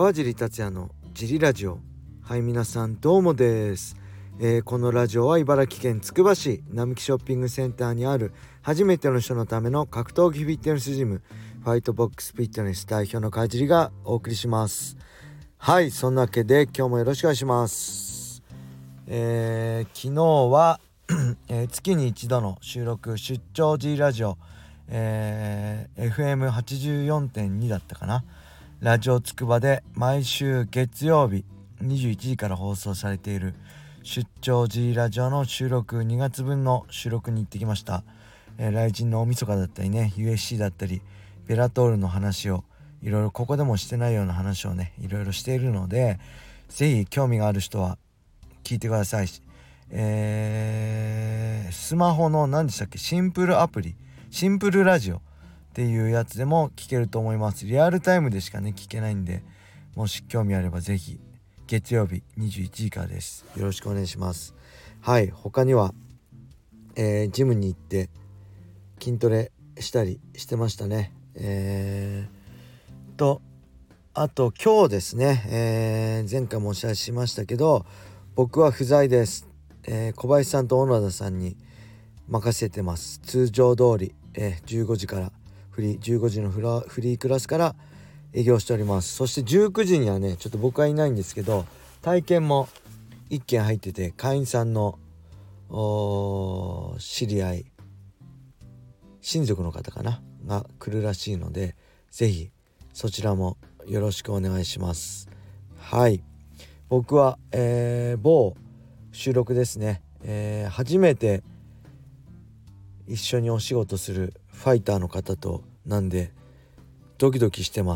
川尻達也のジリラジオ。はい、皆さんどうもです。このラジオは茨城県つくば市並木ショッピングセンターにある初めての人のための格闘技フィットネスジム、ファイトボックスフィットネス代表の川尻がお送りします。はい、そんなわけで今日もよろしくお願いします。昨日は、月に一度の収録、出張 G ラジオ、FM84.2 だったかな、ラジオつくばで毎週月曜日21時から放送されている出張 G ラジオの収録、2月分の収録に行ってきました。雷神の大晦日だったりね、 USC だったりベラトールの話をいろいろここでもしてないような話をねいろいろしているので、ぜひ興味がある人は聞いてください。スマホの何でしたっけ、シンプルアプリ、シンプルラジオっていうやつでも聞けると思います。リアルタイムでしかね聞けないんで、もし興味あればぜひ月曜日21時からです。よろしくお願いします。はい、他には、ジムに行って筋トレしたりしてましたね。あと今日ですね、前回もお知らせしましたけど、僕は不在です。小林さんと小野田さんに任せてます。通常通り、15時から15時のフリークラスから営業しております。そして19時にはね、ちょっと僕はいないんですけど、体験も1件入ってて、会員さんの知り合い、親族の方かなが来るらしいので、ぜひそちらもよろしくお願いします。はい、僕は、某収録ですね、初めて一緒にお仕事するファイターの方となんでドキドキしてます。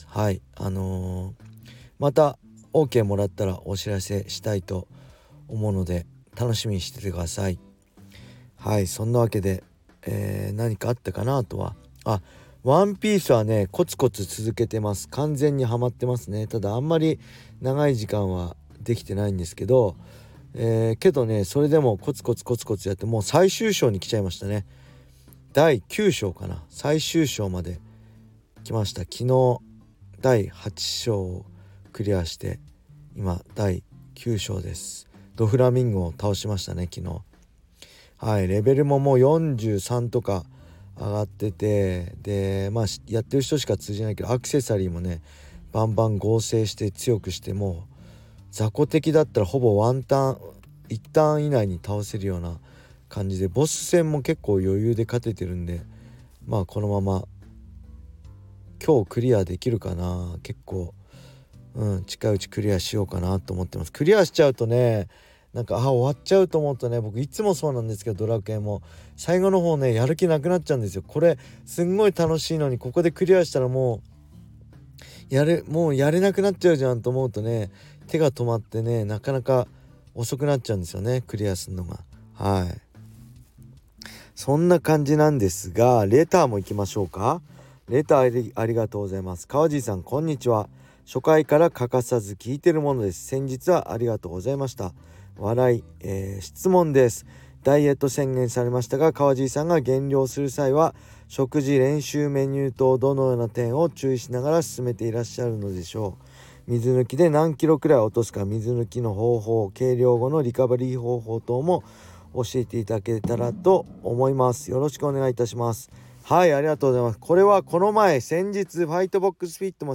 はい、また OK もらったらお知らせしたいと思うので楽しみにしててください。はい、そんなわけで、何かあったかな。あとはワンピースはねコツコツ続けてます。完全にハマってますね。ただあんまり長い時間はできてないんですけど、けどね、それでもコツコツやって、もう最終章に来ちゃいましたね。第9章かな、最終章まで来ました。昨日第8章をクリアして今第9章です。ドフラミンゴを倒しましたね、昨日。はい、レベルももう43とか上がってて、でやってる人しか通じないけど、アクセサリーもねバンバン合成して強くして、もう雑魚敵だったらほぼワンターン1ターン以内に倒せるような感じで、ボス戦も結構余裕で勝ててるんで、このまま今日クリアできるかな。結構近いうちクリアしようかなと思ってます。クリアしちゃうとね、なんか終わっちゃうと思うとね、僕いつもそうなんですけど、ドラクエも最後の方ねやる気なくなっちゃうんですよ。これすんごい楽しいのに、ここでクリアしたらもうやれなくなっちゃうじゃんと思うとね、手が止まってね、なかなか遅くなっちゃうんですよね、クリアするのが。はい、そんな感じなんですが、レターも行きましょうか。レターありがとうございます。川地さんこんにちは。初回から欠かさず聞いてるものです。先日はありがとうございました。笑い、質問です。ダイエット宣言されましたが、川地さんが減量する際は食事、練習メニュー等どのような点を注意しながら進めていらっしゃるのでしょう。水抜きで何キロくらい落とすか、水抜きの方法、計量後のリカバリー方法等も教えていただけたらと思います。よろしくお願いいたします。はい、ありがとうございます。これはこの前先日ファイトボックスフィット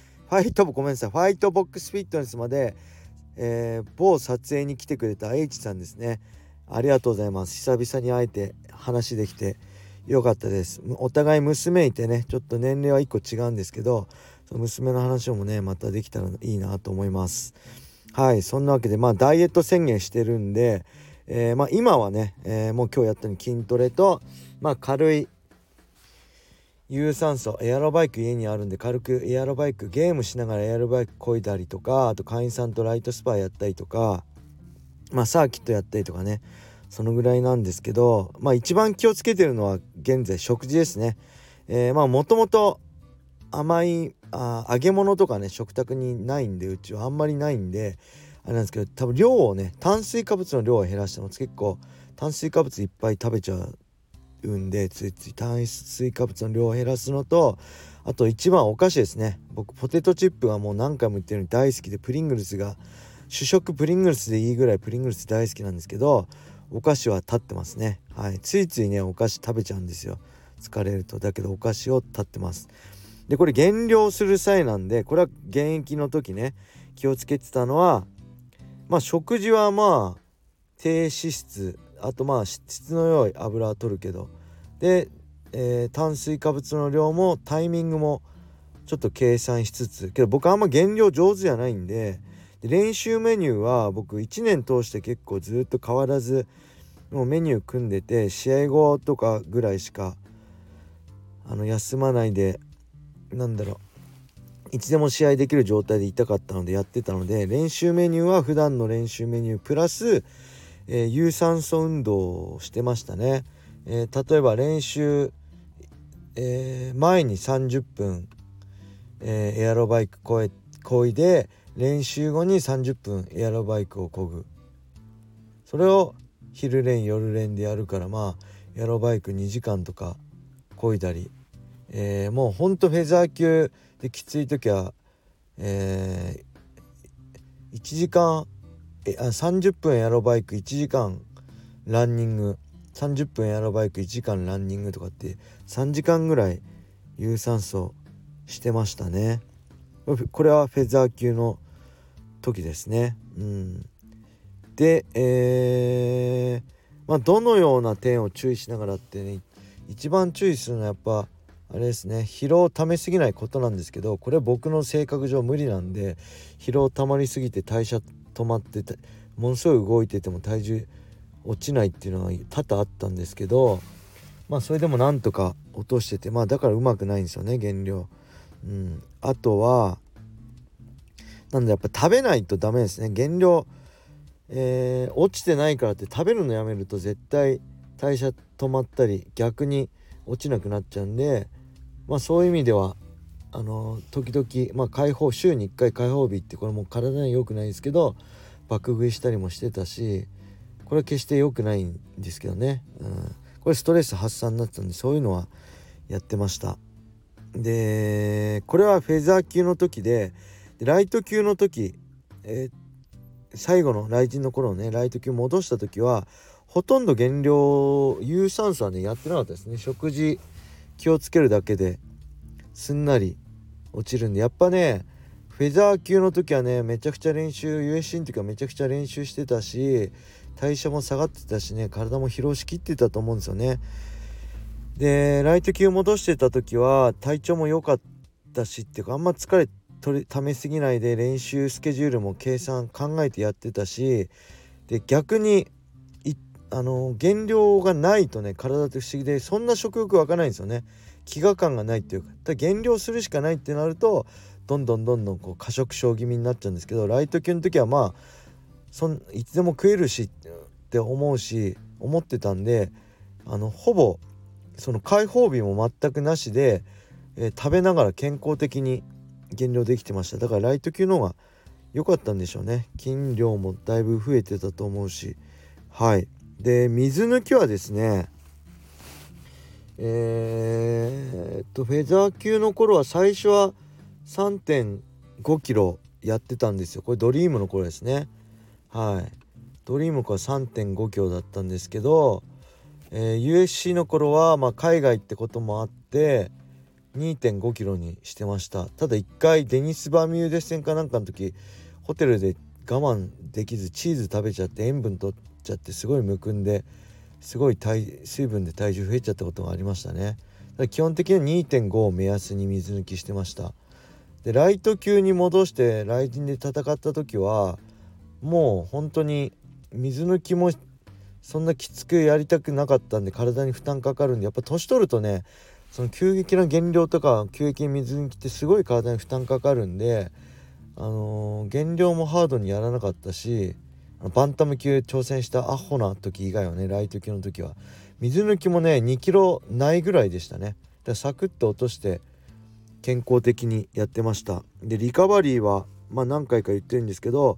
ネスまで、某撮影に来てくれた H さんですね。ありがとうございます。久々に会えて話できてよかったです。お互い娘いてね、ちょっと年齢は1個違うんですけど、その娘の話もねまたできたらいいなと思います。はい、そんなわけでダイエット宣言してるんで、今はね、もう今日やったように筋トレと、軽い有酸素エアロバイク家にあるんで、軽くエアロバイクゲームしながらエアロバイク漕いだりとか、あと会員さんとライトスパやったりとか、サーキットやったりとかね、そのぐらいなんですけど、一番気をつけてるのは現在食事ですね。もともと甘い揚げ物とかね食卓にないんで、うちはあんまりないんであれなんですけど、多分量をね、炭水化物の量を減らしてます。結構炭水化物いっぱい食べちゃうんで、ついつい炭水化物の量を減らすのと、あと一番お菓子ですね。僕ポテトチップがもう何回も言ってるように大好きで、プリングルスが主食プリングルスでいいぐらいプリングルス大好きなんですけど、お菓子は立ってますね。はい、ついついねお菓子食べちゃうんですよ、疲れると。だけどお菓子を立ってます。でこれ減量する際なんで、これは現役の時ね気をつけてたのは、食事は低脂質、あと質の良い油は取るけど、で、炭水化物の量もタイミングもちょっと計算しつつ、けど僕あんま減量上手じゃないんで、練習メニューは僕1年通して結構ずっと変わらずもうメニュー組んでて、試合後とかぐらいしか休まないで、いつでも試合できる状態でいたかったのでやってたので、練習メニューは普段の練習メニュープラス、有酸素運動をしてましたね。例えば練習、前に30分、エアロバイクこいで、練習後に30分エアロバイクを漕ぐ。それを昼練夜練でやるから、エアロバイク2時間とか漕いだり、もうほんとフェザー級できつい時は、1時間30分エアロバイク1時間ランニング、30分エアロバイク1時間ランニングとかって3時間ぐらい有酸素してましたね。これはフェザー級の時ですね。で、どのような点を注意しながらってね、一番注意するのはやっぱあれですね、疲労をためすぎないことなんですけど、これ僕の性格上無理なんで、疲労たまりすぎて代謝止まっててものすごい動いてても体重落ちないっていうのは多々あったんですけど、それでもなんとか落としてて、だからうまくないんですよね減量。あとはなんでやっぱ食べないとダメですね減量。落ちてないからって食べるのやめると絶対代謝止まったり逆に落ちなくなっちゃうんで、そういう意味では時々週に1回解放日って、これも体に良くないですけど爆食いしたりもしてたし、これは決して良くないんですけどね、これストレス発散になってたんで、そういうのはやってました。でこれはフェザー級の時で、ライト級の時、最後のライジンの頃ね、ライト級戻した時はほとんど減量有酸素はねやってなかったですね。食事気をつけるだけですんなり落ちるんで、やっぱねフェザー級の時はねめちゃくちゃ練習、 USC の時はめちゃくちゃ練習してたし、代謝も下がってたしね、体も疲労しきってたと思うんですよね。でライト級戻してた時は体調も良かったしっていうか、あんま疲れためすぎないで練習スケジュールも計算考えてやってたし、で逆に減量がないとね、体って不思議でそんな食欲湧かないんですよね。飢餓感がないっていうか、減量するしかないってなるとどんどんこう過食症気味になっちゃうんですけど、ライト級の時はいつでも食えるしって思ってたんで、ほぼその解放日も全くなしで、食べながら健康的に減量できてました。だからライト級の方が良かったんでしょうね。筋量もだいぶ増えてたと思うし。はい。で水抜きはですね、フェザー級の頃は最初は 3.5 キロやってたんですよ。これドリームの頃ですね。はい。ドリームから 3.5 キロだったんですけど、USC の頃は海外ってこともあって 2.5 キロにしてました。ただ一回デニス・バーミューデ戦かなんかの時ホテルで我慢できずチーズ食べちゃって塩分取っちゃってすごいむくんで、すごい水分で体重増えちゃったことがありましたね。だから基本的には 2.5 を目安に水抜きしてました。でライト級に戻してライジンで戦った時はもう本当に水抜きもそんなきつくやりたくなかったんで、体に負担かかるんで、やっぱ年取るとねその急激な減量とか急激に水抜きってすごい体に負担かかるんで、減量もハードにやらなかったし、バンタム級挑戦したアホな時以外はね、ライト級の時は水抜きもね2キロないぐらいでしたね。だからサクッと落として健康的にやってました。でリカバリーは何回か言ってるんですけど、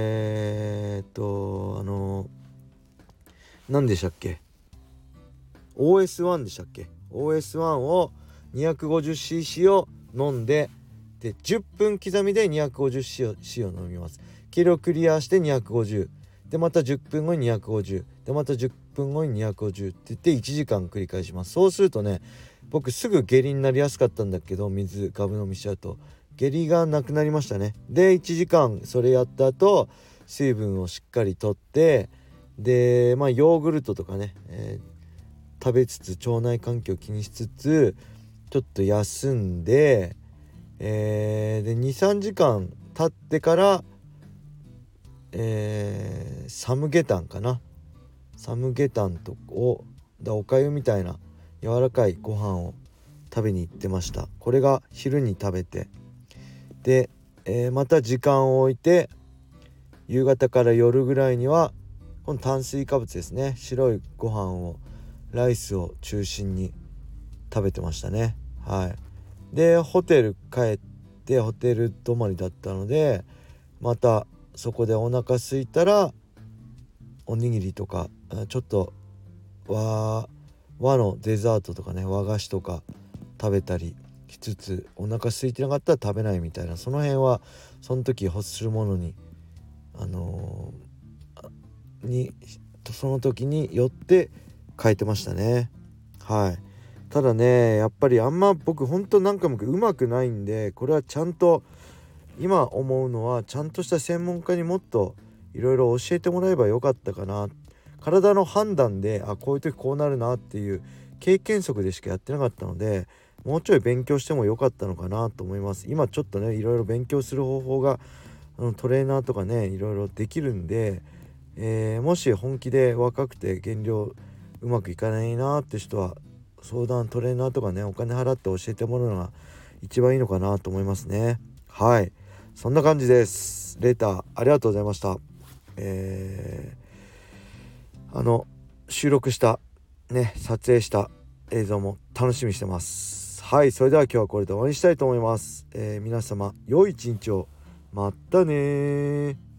何でしたっけ、 OS1 でしたっけ、 OS1 を 250cc を飲んで、で10分刻みで 250cc を飲みます。キロクリアして250で、また10分後に250で、また10分後に250って言って1時間繰り返します。そうするとね、僕すぐ下痢になりやすかったんだけど、水ガブ飲みしちゃうと下痢がなくなりましたね。で1時間それやった後、水分をしっかりとって、でヨーグルトとかね、食べつつ腸内環境を気にしつつちょっと休んで、で 2,3 時間経ってから、サムゲタンかな、サムゲタンとおかゆみたいな柔らかいご飯を食べに行ってました。これが昼に食べて、で、また時間を置いて夕方から夜ぐらいにはこの炭水化物ですね、白いご飯をライスを中心に食べてましたね。でホテル帰ってホテル泊まりだったので、またそこでお腹空いたらおにぎりとかちょっと和のデザートとかね、和菓子とか食べたりしつつ、お腹空いてなかったら食べないみたいな、その辺はその時欲するものにその時によって変えてましたね。ただね、やっぱりあんま僕ほんと何回もうまくないんで、これはちゃんと今思うのは、ちゃんとした専門家にもっといろいろ教えてもらえばよかったかな。体の判断でこういう時こうなるなっていう経験則でしかやってなかったので、もうちょい勉強してもよかったのかなと思います。今ちょっとねいろいろ勉強する方法がトレーナーとかねいろいろできるんで、もし本気で若くて減量うまくいかないなって人は相談、トレーナーとかねお金払って教えてもらうのが一番いいのかなと思いますね。そんな感じです。レターありがとうございました。収録したね、撮影した映像も楽しみにしてます。それでは今日はこれで終わりにしたいと思います。皆様良い一日を。またね。